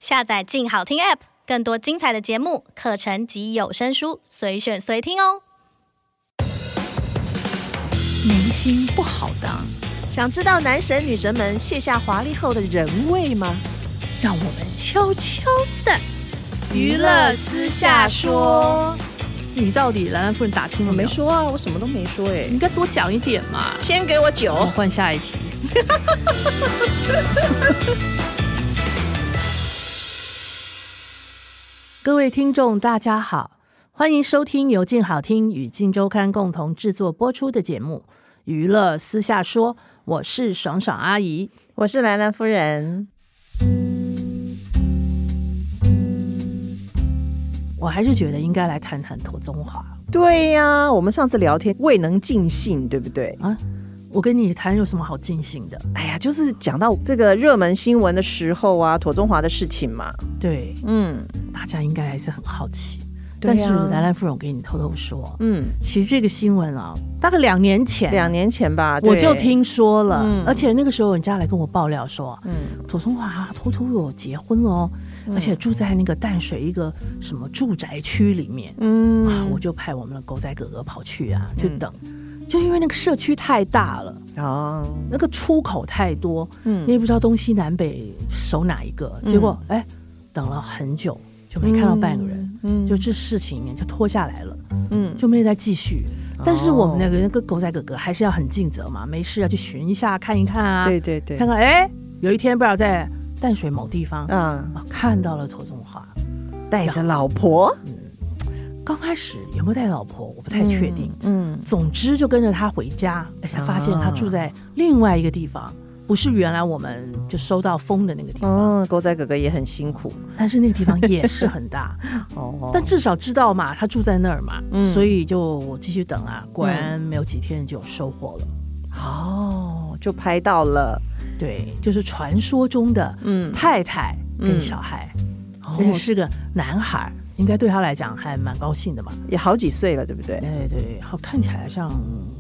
下载静好听 App， 更多精彩的节目、课程及有声书，随选随听哦。 眉心不好当， 想知道男神女神们卸下华丽后的人味吗？ 让我们悄悄的娱乐私下说。 你到底兰兰夫人打听了没有？ 我没说啊，我什么都没说哎。 你应该多讲一点嘛。 先给我酒。 换下一题。各位听众大家好，欢迎收听由静好听与静周刊共同制作播出的节目娱乐私下说，我是爽爽阿姨， 我是兰兰夫人。 我还是觉得应该来谈谈庹宗华。 对呀，我们上次聊天未能尽兴，对不对啊？ 我跟你谈有什么好尽兴的？ 哎呀，就是讲到这个热门新闻的时候啊，庹宗华的事情嘛。 对，大家应该还是很好奇。 对啊， 但是兰兰夫人，我给你偷偷说，其实这个新闻啊，大概2年前吧，我就听说了，而且那个时候人家来跟我爆料说，庹宗华偷偷有结婚哦。而且住在那个淡水一个什么住宅区里面，我就派我们的狗仔哥哥跑去啊，去等，就因为那个社区太大了那个出口太多，你也不知道东西南北守哪一个，结果等了很久就没看到半个人，就这事情就拖下来了，就没有再继续。但是我们那个狗仔哥哥还是要很尽责嘛，没事要去巡一下看一看啊， 对， 看看有一天不知道在淡水某地方看到了庹宗华带着老婆， 刚开始有没有带老婆我不太确定，总之就跟着他回家，才发现他住在另外一个地方，不是原来我们就收到风的那个地方。 狗仔哥哥也很辛苦， 但是那个地方也是很大但至少知道嘛，他住在那儿嘛，所以就我继续等啊，果然没有几天就有收获了， 就拍到了。 对，就是传说中的太太跟小孩，而且是个男孩，应该对他来讲还蛮高兴的嘛， 也好几岁了，对不对？ 对，好，看起来像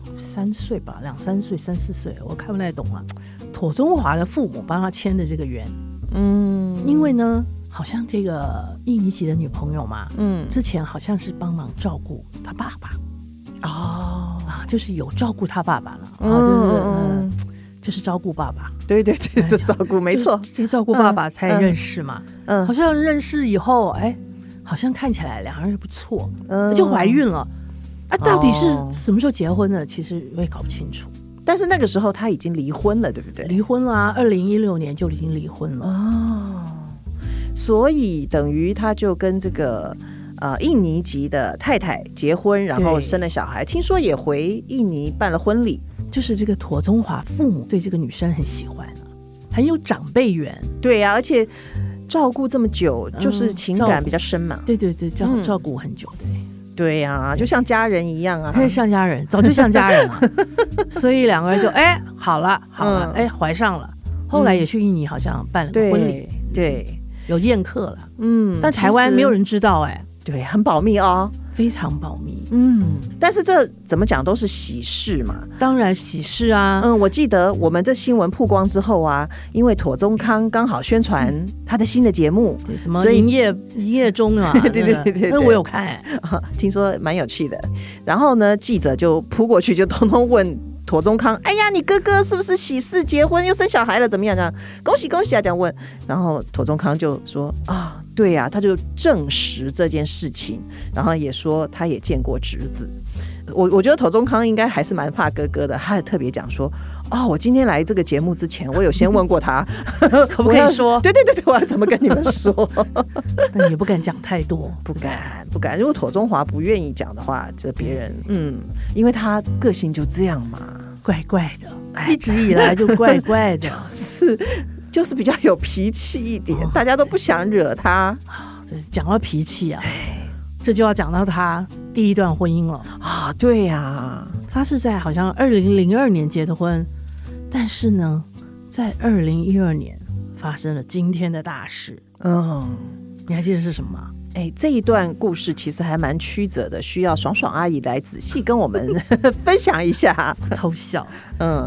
3岁吧，2、3岁、3、4岁，我看不太懂啊。庹宗华的父母帮他签的这个缘，因为呢，好像这个印尼籍的女朋友嘛，之前好像是帮忙照顾他爸爸，就是有照顾他爸爸了，就是照顾爸爸， 对，这照顾没错， 这照顾爸爸才认识嘛，好像认识以后，好像看起来两个人不错，就怀孕了，到底是什么时候结婚的？其实我也搞不清楚。 但是那个时候他已经离婚了，对不对？ 离婚了啊，2016年就已经离婚了所以等于他就跟这个印尼籍的太太结婚，然后生了小孩，听说也回印尼办了婚礼。 就是这个庹宗华父母对这个女生很喜欢很有长辈缘。 对啊，而且照顾这么久，就是情感比较深嘛。 对，照顾很久的。 对啊，就像家人一样啊， 像家人，早就像家人了。所以两个人就好了，怀上了。后来也去印尼，好像办了个婚礼， 对， 有宴客了。但台湾没有人知道对，很保密非常保密。 但是这怎么讲都是喜事嘛。 当然喜事啊。 我记得我们这新闻曝光之后啊，因为庹宗康刚好宣传他的新的节目， 什么营业中啊， 对， 那我有看听说蛮有趣的。然后呢，记者就扑过去，就通通问庹宗康：“哎呀，你哥哥是不是喜事结婚又生小孩了？怎么样？这样恭喜恭喜啊！”这样问。然后庹宗康就说：“对啊，他就证实这件事情，然后也说他也见过侄子。”我觉得庹宗康应该还是蛮怕哥哥的，他还特别讲说：“我今天来这个节目之前，我有先问过他， 可不可以说？ 对，我要怎么跟你们说？ 但也不敢讲太多， 不敢。如果庹宗华不愿意讲的话，这别人因为他个性就这样嘛， 怪怪的，一直以来就怪怪的， 就是比较有脾气一点，大家都不想惹他。 讲到脾气啊，这就要讲到他第一段婚姻了对啊， 他是在好像2002年结的婚，但是呢，在2012年发生了今天的大事。你还记得是什么吗？ 这一段故事其实还蛮曲折的，需要爽爽阿姨来仔细跟我们分享一下。 偷笑。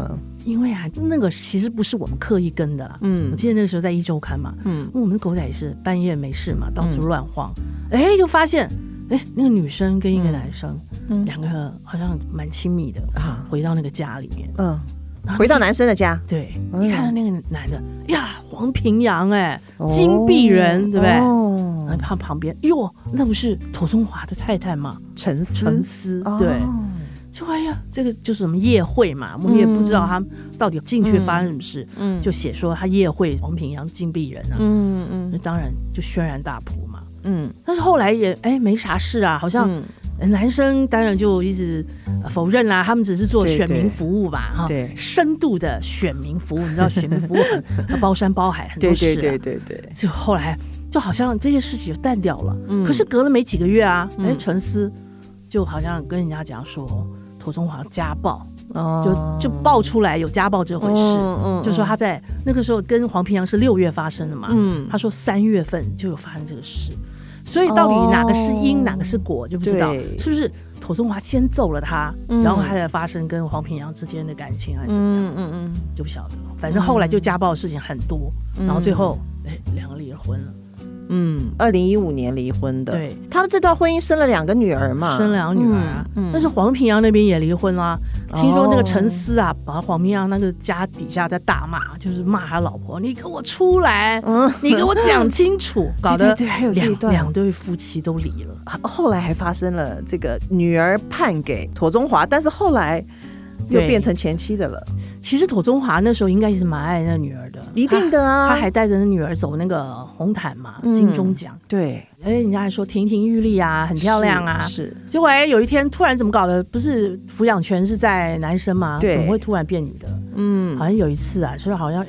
因为啊，那个其实不是我们刻意跟的啦。我记得那个时候在1周刊嘛，我们狗仔也是半夜没事嘛，到处乱晃，就发现，那个女生跟一个男生，两个好像蛮亲密的，回到那个家里面， 回到男生的家， 对，你看到那个男的呀，黄平阳金臂人，对不对？然后他旁边，哟，那不是庹宗华的太太吗？陈思，对。就这个就是什么夜会嘛，我们也不知道他到底进去发生什么事，就写说他夜会黄平阳金臂人啊，那当然就轩然大波嘛，但是后来也没啥事啊，好像男生当然就一直否认啦，他们只是做选民服务吧，哈，深度的选民服务，你知道选民服务很包山包海很多事，对，就后来就好像这些事情就淡掉了，可是隔了没几个月啊，陈思就好像跟人家讲说庹宗华家暴，就爆出来有家暴这回事，就说他在那个时候跟黄平阳是6月发生的嘛，他说3月份就有发生这个事，所以到底哪个是因哪个是果就不知道，是不是庹宗华先揍了他，然后他才发生跟黄平阳之间的感情还是怎么样，就不晓得，反正后来就家暴的事情很多，然后最后2个离了婚了。 2015年离婚的， 对， 他们这段婚姻生了2个女儿嘛， 生了2个女儿啊，但是黄平阳那边也离婚啦。听说那个陈思啊，把黄平阳那个家底下在大骂，就是骂他老婆，你给我出来，你给我讲清楚，搞得还有这一段 2对夫妻都离了。 后来还发生了这个女儿判给庹宗华，但是后来又变成前妻的了。 其实庹宗华那时候应该也是蛮爱那女儿的， 一定的啊， 他还带着那女儿走那个红毯嘛，金钟奖， 对， 人家还说亭亭玉立啊，很漂亮啊， 是。 结果有一天突然怎么搞的？不是抚养权是在男生嘛，怎么会突然变女的？好像有一次啊，就是好像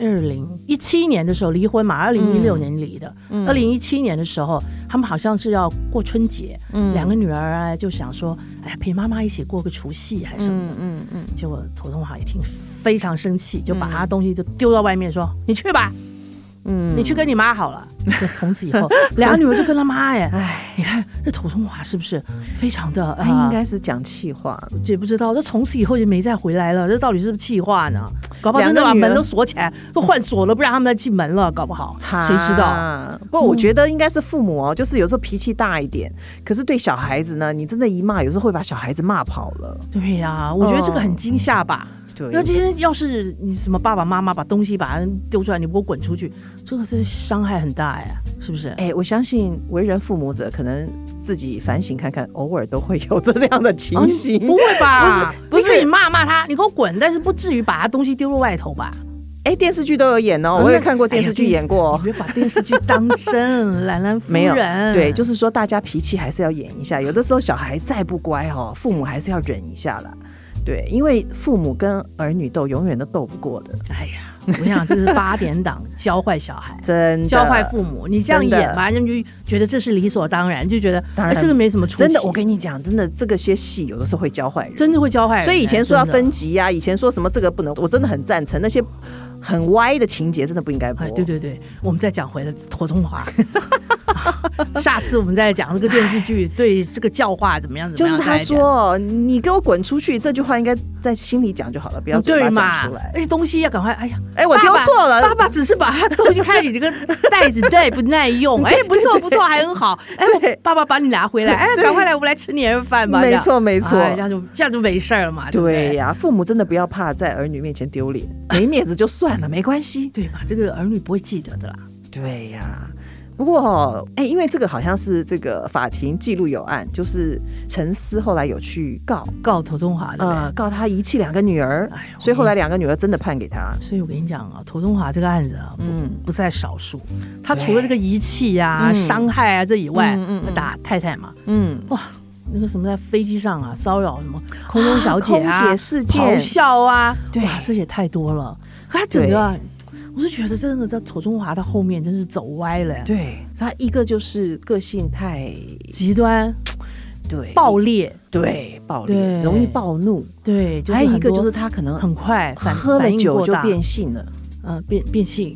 2017年的时候离婚嘛，2016年离的，2017年的时候他们好像是要过春节，2个女儿就想说，陪妈妈一起过个除夕还是什么的，结果庹宗华一听非常生气，就把他的东西都丢到外面说，你去吧，你去跟你妈好了。就从此以后2个女儿就跟他妈你看这庹宗华是不是非常的他应该是讲气话， 也不知道，这从此以后就没再回来了，这到底是不是气话呢？搞不好真的把门都锁起来，都换锁了，不然他们再进门了，搞不好谁知道。 不过我觉得应该是父母就是有时候脾气大一点，可是对小孩子呢，你真的一骂有时候会把小孩子骂跑了。 对呀，我觉得这个很惊吓吧。那今天要是你什么爸爸妈妈把东西把它丢出来，你给我滚出去，这伤害很大呀，是不是？ 我相信为人父母者可能自己反省看看，偶尔都会有这样的情形。 不会吧？不是你骂他，你给我滚，但是不至于把他东西丢入外头吧？ 电视剧都有演哦，我也看过电视剧演过。 你别把电视剧当真，兰兰夫人。没有， 对，就是说大家脾气还是要演一下，有的时候小孩再不乖父母还是要忍一下啦。对，因为父母跟儿女斗永远都斗不过的。 我想这是8点档教坏小孩， 真的教坏父母。你这样演吧，人就觉得这是理所当然，就觉得这个没什么出息。 真的，我跟你讲，真的这些戏有的时候会教坏人， 真的会教坏人。 所以以前说要分级啊，以前说什么这个不能，我真的很赞成那些很歪的情节，真的不应该播。 对，我们再讲回了庹宗华。下次我们再讲这个电视剧对这个教化怎么样？ 就是他说你给我滚出去这句话应该在心里讲就好了，不要嘴巴讲出来。 而且东西要赶快， 我丢错了， 爸爸只是把他东西开你这个袋子耐不耐用？不错，还很好。爸爸把你拿回来，赶快来，我们来吃年夜饭吧。 没错， 这样就没事了嘛。 对呀，父母真的不要怕在儿女面前丢脸，没面子就算了，没关系， 对吧？这个儿女不会记得的啦。 对呀。不过因为这个好像是这个法庭记录有案，就是陈思后来有去告庹宗华的， 告他遗弃2个女儿，所以后来2个女儿真的判给他。 所以我跟你讲庹宗华这个案子不在少数，他除了这个遗弃啊、伤害啊这以外，打太太嘛，哇。那个什么在飞机上骚扰什么空中小姐空姐事件咆哮啊，对，这也太多了。可他整个我是觉得真的在庹宗华他后面真是走歪了。 对，他一个就是个性太极端， 对， 暴烈， 对，暴烈，容易暴怒， 对， 还有一个就是他可能很快喝了酒就变性了， 变性。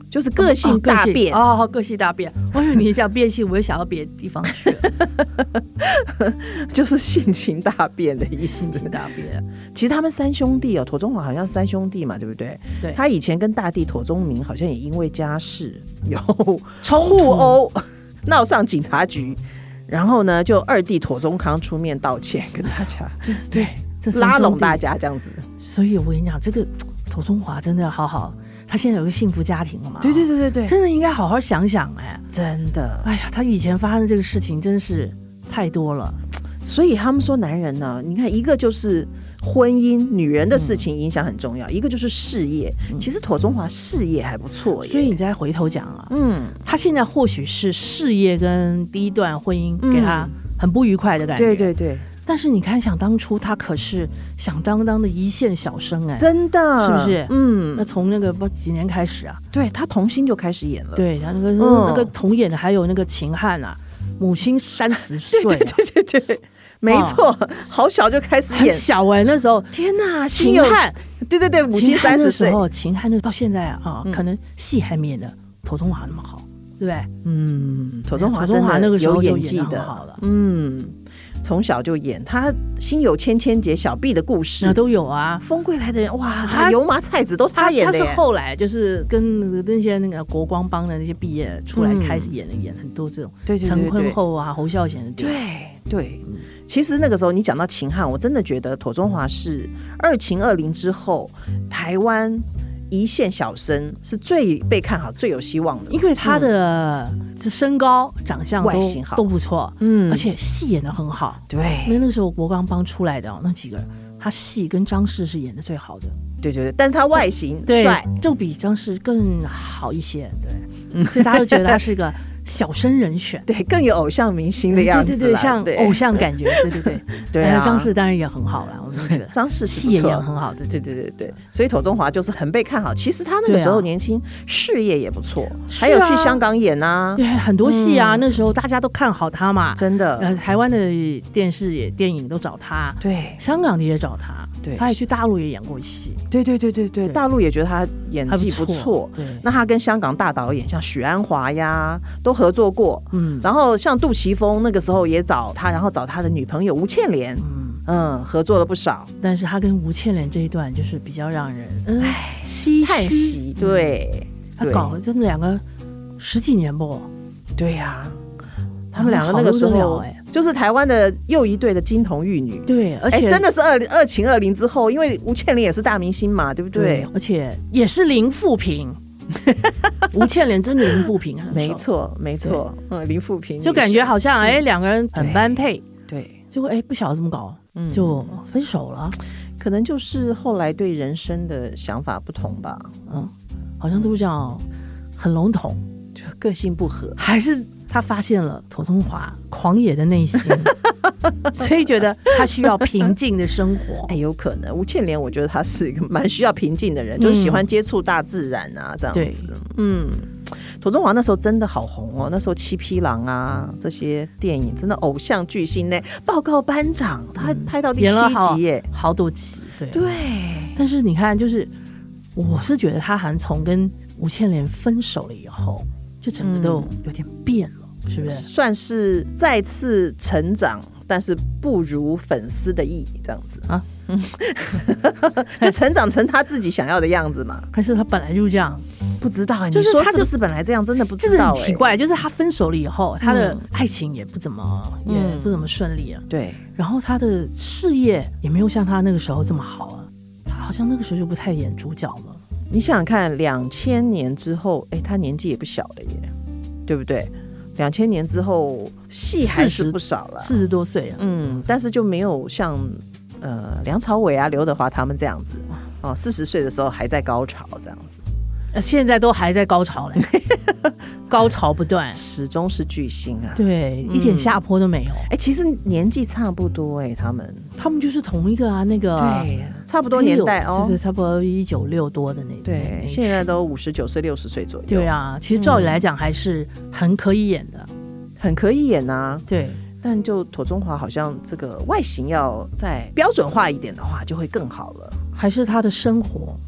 就是个性大变个性大变。我以为你讲变性，我也想到别的地方去了。 就是性情大变的意思。 性情大变。 其实他们三兄弟妥中华好像三兄弟嘛，对不对？ 对。 他以前跟大弟妥中明好像也因为家事有互殴，闹上警察局，然后呢，就二弟妥中康出面道歉，跟大家就是拉拢大家这样子。 所以我跟你讲，这个妥中华真的要好好。他现在有个幸福家庭了嘛？ 对， 真的应该好好想想真的。 哎呀，他以前发生这个事情真是太多了。 所以他们说男人呢，你看一个就是婚姻，女人的事情影响很重要，一个就是事业。其实妥中华事业还不错耶， 所以你再回头讲他现在或许是事业跟第一段婚姻给他很不愉快的感觉。 对。 但是你看，想当初他可是响当当的一线小生真的， 是不是？那从那个不几年开始啊？ 对，他童星就开始演了。 对，他那个童演的还有那个秦汉啊，母亲30岁。 对，没错，好小就开始演， 很小那时候。 天哪， 秦汉， 对，母亲30岁。 秦汉那到现在可能戏还没演的妥中华那么好，对不对？ 妥中华真的那个时候有演技的，好了。从小就演，他心有千千结，小婢的故事那都有啊。 风归来的人，哇，他油麻菜籽都他演的。 他是后来就是跟那些那个国光帮的那些毕业出来开始演很多这种，对陈坤厚啊、侯孝贤的。 对。其实那个时候你讲到秦汉，我真的觉得妥中华是二秦二林之后台湾一线小生是最被看好、最有希望的， 因为他的身高、长相外形好都不错，而且戏演得很好。 对， 因为那个时候国光帮出来的那几个人，他戏跟张氏是演得最好的。 对，但是他外形帅， 就比张氏更好一些。对，所以大家都觉得他是个小生人选， 对，更有偶像明星的样子， 对，像偶像感觉，对啊。 张氏当然也很好了，我觉得张氏戏也很好， 对。所以妥中华就是很被看好。其实他那个时候年轻，事业也不错，还有去香港演啊， 很多戏啊。那时候大家都看好他嘛， 真的。 台湾的电视也电影都找他， 对， 香港的也找他， 对， 他也去大陆也演过戏， 对，大陆也觉得他演技不错。 对， 那他跟香港大导演像许鞍华呀都合作过，然后像杜琪峰那个时候也找他，然后找他的女朋友吴倩莲，合作了不少。 但是他跟吴倩莲这一段就是比较让人叹息，对， 他搞了这么两个10几年不？ 对呀，他们两个那个时候就是台湾的又一对的金童玉女。 对，而且真的是二秦二林之后，因为吴倩莲也是大明星嘛，对不对？ 而且也是零负评。吴倩莲真的零负评， 没错，零负评， 就感觉好像两个人很般配， 对， 结果不晓得怎么搞，就分手了。 可能就是后来对人生的想法不同吧， 好像都这样，很笼统， 就个性不合， 还是他发现了妥中华狂野的内心，所以觉得他需要平静的生活。 有可能吴倩莲，我觉得他是一个蛮需要平静的人，就是喜欢接触大自然啊，这样子。妥中华那时候真的好红哦，那时候七匹狼啊这些电影真的偶像巨星呢。报告班长，他拍到第7集耶， 好多集。 对。 但是你看，就是我是觉得他好像从跟吴倩莲分手了以后，就整个都有点变了，是不是？ 算是再次成长，但是不如粉丝的意，这样子啊。就成长成他自己想要的样子嘛？ 还是他本来就这样？ 不知道就是他是不是本来这样，真的不知道。 很奇怪，就是他分手了以后，他的爱情也不怎么顺利了。 对， 然后他的事业也没有像他那个时候这么好啊。他好像那个时候就不太演主角了。 你想想看，2000年之后，他年纪也不小了耶，对不对？2000年之后，戏还是不少了 ，40多岁啊。 但是就没有像梁朝伟啊、刘德华他们这样子，40岁的时候还在高潮这样子。 现在都还在高潮嘞，高潮不断， 始终是巨星啊。 对，一点下坡都没有。 其实年纪差不多他们就是同一个啊，那个对，差不多年代这个差不多196多的那个。 对，现在都59岁、60岁左右。 对啊，其实照理来讲还是很可以演的， 很可以演啊。 对， 但就妥中华好像这个外形要再标准化一点的话，就会更好了。 还是他的生活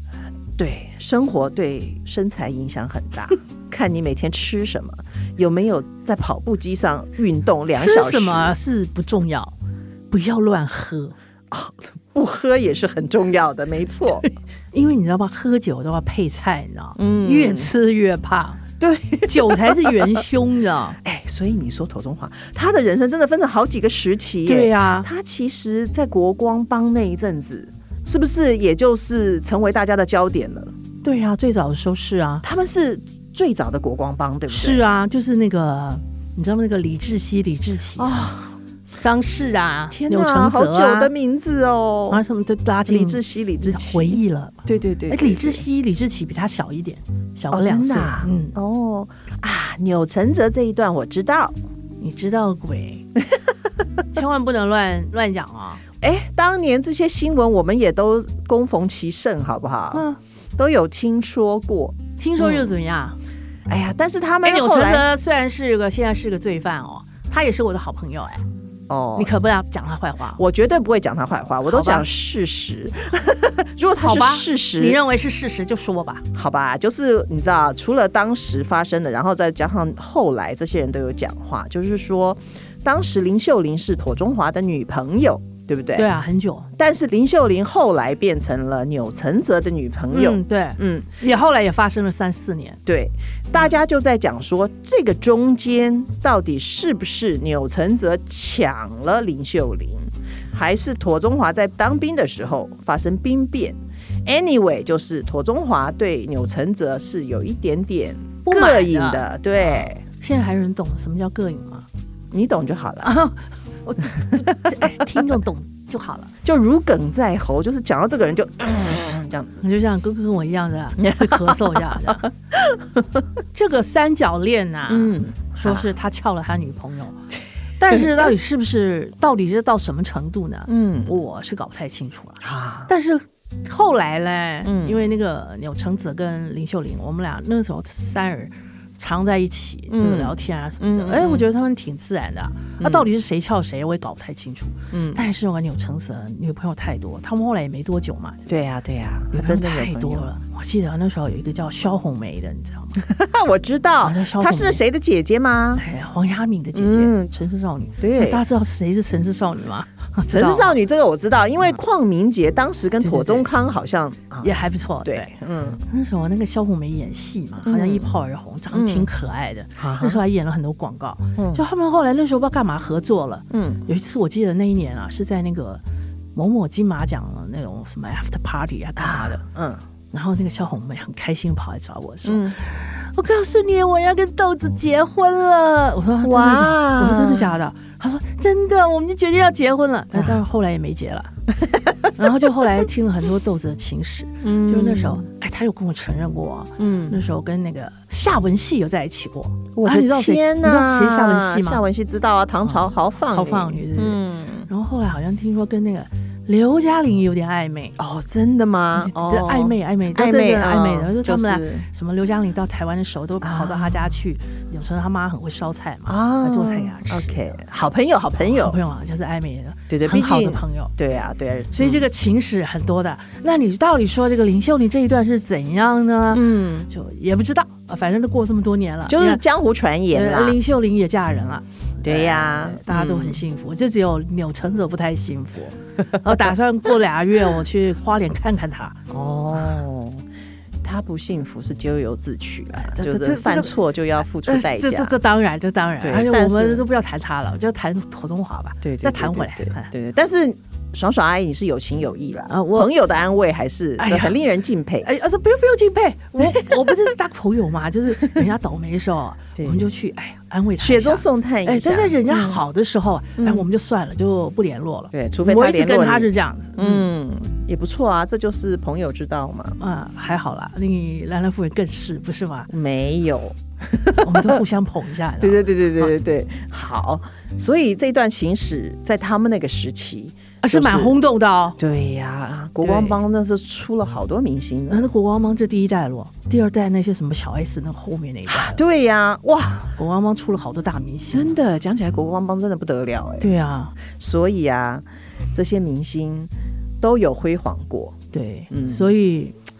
对，生活对身材影响很大，看你每天吃什么，有没有在跑步机上运动2小时。 吃什么是不重要，不要乱喝。 不喝也是很重要的，没错。 因为你知道吗？喝酒都要配菜，你知道，越吃越胖。 对， 酒才是元凶的。 所以你说庹宗华他的人生真的分成好几个时期。 对啊， 他其实在国光帮那一阵子是不是也就是成为大家的焦点了？ 对啊，最早的时候是啊， 他们是最早的国光帮，对不对？ 是啊，就是那个你知道吗？那个李志熙、李志奇张氏啊， 天哪，好久的名字哦， 什么都拉进李志熙、李志奇回忆了。 对对对， 李志熙、李志奇比他小一点，小个2岁。 钮承泽这一段我知道， 你知道鬼，千万不能乱讲啊！ 当年这些新闻我们也都恭逢其盛，好不好？都有听说过， 听说又怎么样？ 但是他们钮承泽虽然现在是个罪犯哦，他也是我的好朋友你可不要讲他坏话。 我绝对不会讲他坏话，我都讲事实。如果他是事实， 你认为是事实就说吧。 好吧，就是你知道，除了当时发生的，然后再加上后来这些人都有讲话，就是说当时林秀玲是庹宗华的女朋友，对不对？ 对啊，很久。 但是林秀玲后来变成了钮承泽的女朋友。 对，也后来也发生了3-4年。 对，大家就在讲说，这个中间到底是不是钮承泽抢了林秀玲，还是庹宗华在当兵的时候发生兵变 ？Anyway， 就是庹宗华对钮承泽是有一点点膈应的。对， 现在还有人懂什么叫膈应吗？ 你懂就好了。 听众懂就好了， 就如鲠在喉，就是讲到这个人就这样子， 你就像哥哥跟我一样的会咳嗽一下的。这个三角恋啊，说是他撬了他女朋友，但是到底是到什么程度呢？我是搞不太清楚了。但是后来嘞，因为那个钮承泽跟林秀玲，我们俩那时候3人常在一起，就聊天啊什么的。我觉得他们挺自然的。到底是谁撬谁，我也搞不太清楚。但是我钮承泽女朋友太多，他们后来也没多久嘛。 对呀， 真的太多了。我记得那时候有一个叫萧红梅的，你知道吗？ 我知道，她是谁的姐姐吗？ 黄雅敏的姐姐，城市少女。对，大家知道谁是城市少女吗？ 城市少女这个我知道，因为邝明杰当时跟庹宗康好像也还不错。对，那时候那个萧红梅演戏嘛，好像一炮而红，长得挺可爱的。那时候还演了很多广告。就他们后来那时候不知道干嘛合作了。有一次我记得那一年啊，是在那个某某金马奖的那种什么 after party 啊干嘛的。然后那个萧红梅很开心跑来找我说：“我告诉你，我要跟豆子结婚了。”我说：“哇！”我说：“真的假的？”他说：“真的，我们就决定要结婚了。”但是后来也没结了。然后就后来听了很多豆子的情史，就是那时候，他有跟我承认过，那时候跟那个夏文汐有在一起过。 我的天哪！ 你知道谁夏文汐吗？ 夏文汐知道啊，唐朝豪放女。然后后来好像听说跟那个刘嘉玲有点暧昧。 真的吗？ 暧昧的，就他们俩什么刘嘉玲到台湾的时候都跑到他家去，有时候他妈很会烧菜嘛，做菜给他吃。 OK， 好朋友啊， 就是暧昧的， 对， 很好的朋友。 对啊， 所以这个情史很多的。那你到底说这个林秀玲这一段是怎样呢？就也不知道，反正都过这么多年了， 就是江湖传言啦。 林秀玲也嫁人了。 对呀， 大家都很幸福，就只有钮承泽不太幸福。我打算过2月我去花莲看看他。 他不幸福是咎由自取啦，就是犯错就要付出代价。 这当然，而且我们都不要谈他了，就谈庹宗华吧。 对， 再谈回来。 对，但是爽爽阿姨你是有情有义啦，朋友的安慰还是很令人敬佩。 不用敬佩，我不是当朋友嘛，就是人家倒霉的时候，我们就去安慰他， 雪中送炭一下。 但是人家好的时候，我们就算了，就不联络了。 对，除非他联络你。 我一直跟他是这样子。 也不错啊，这就是朋友之道嘛。 还好啦，你兰兰夫人更是不是吗？ 没有。 我们都互相捧一下。 对，好，所以这段情史在他们那个时期是蛮轰动的哦。 对呀，国光帮那时候出了好多明星的。 那国光帮这第1代了，第2代那些什么小 S 那后面那一代。 对呀，哇， 国光帮出了好多大明星， 真的讲起来国光帮真的不得了。 对啊， 所以这些明星都有辉煌过。 对，所以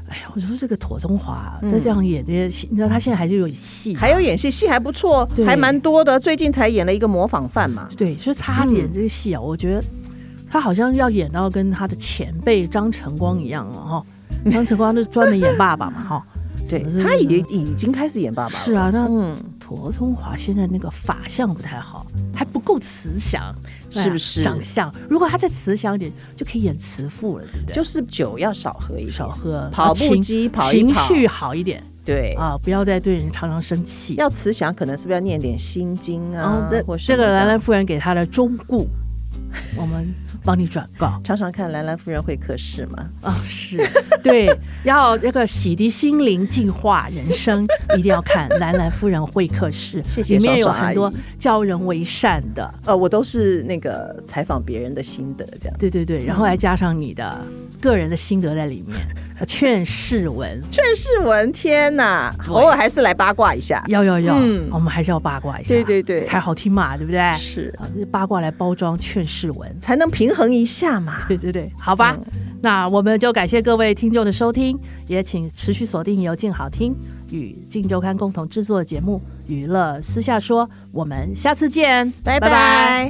哎呀，我说这个庹宗华再这样演这些，你知道他现在还是有戏， 还有演戏还不错，还蛮多的。最近才演了一个模仿犯嘛。 对，就是他演这个戏啊，我觉得他好像要演到跟他的前辈张晨光一样哦。张晨光就专门演爸爸嘛，哈。 对，他已经开始演爸爸了。 是啊，那庹宗华现在那个发相不太好，还不够慈祥， 是不是？ 长相，如果他再慈祥一点，就可以演慈父了，对不对？ 就是酒要少喝一点， 少喝， 跑步机跑一跑，情绪好一点。 对啊，不要再对人常常生气。 要慈祥，可能是不是要念点心经啊？ 这个兰兰夫人给他的忠告，我们帮你转告。 常常看兰兰夫人会客室嘛？ 是，对，要那个洗涤心灵、净化人生，一定要看兰兰夫人会客室。 谢谢， 里面有很多教人为善的。 我都是那个采访别人的心得，这样。 对，然后还加上你的个人的心得在里面。劝世文， 天哪！偶尔还是来八卦一下， 要，我们还是要八卦一下， 对， 才好听嘛，对不对？ 是八卦来包装劝世文， 才能平衡一下嘛。 对，好吧。那我们就感谢各位听众的收听，也请持续锁定由静好听与静周刊共同制作的节目《娱乐私下说》，我们下次见， 拜拜。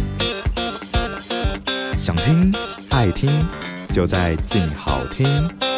想听爱听，就在静好听。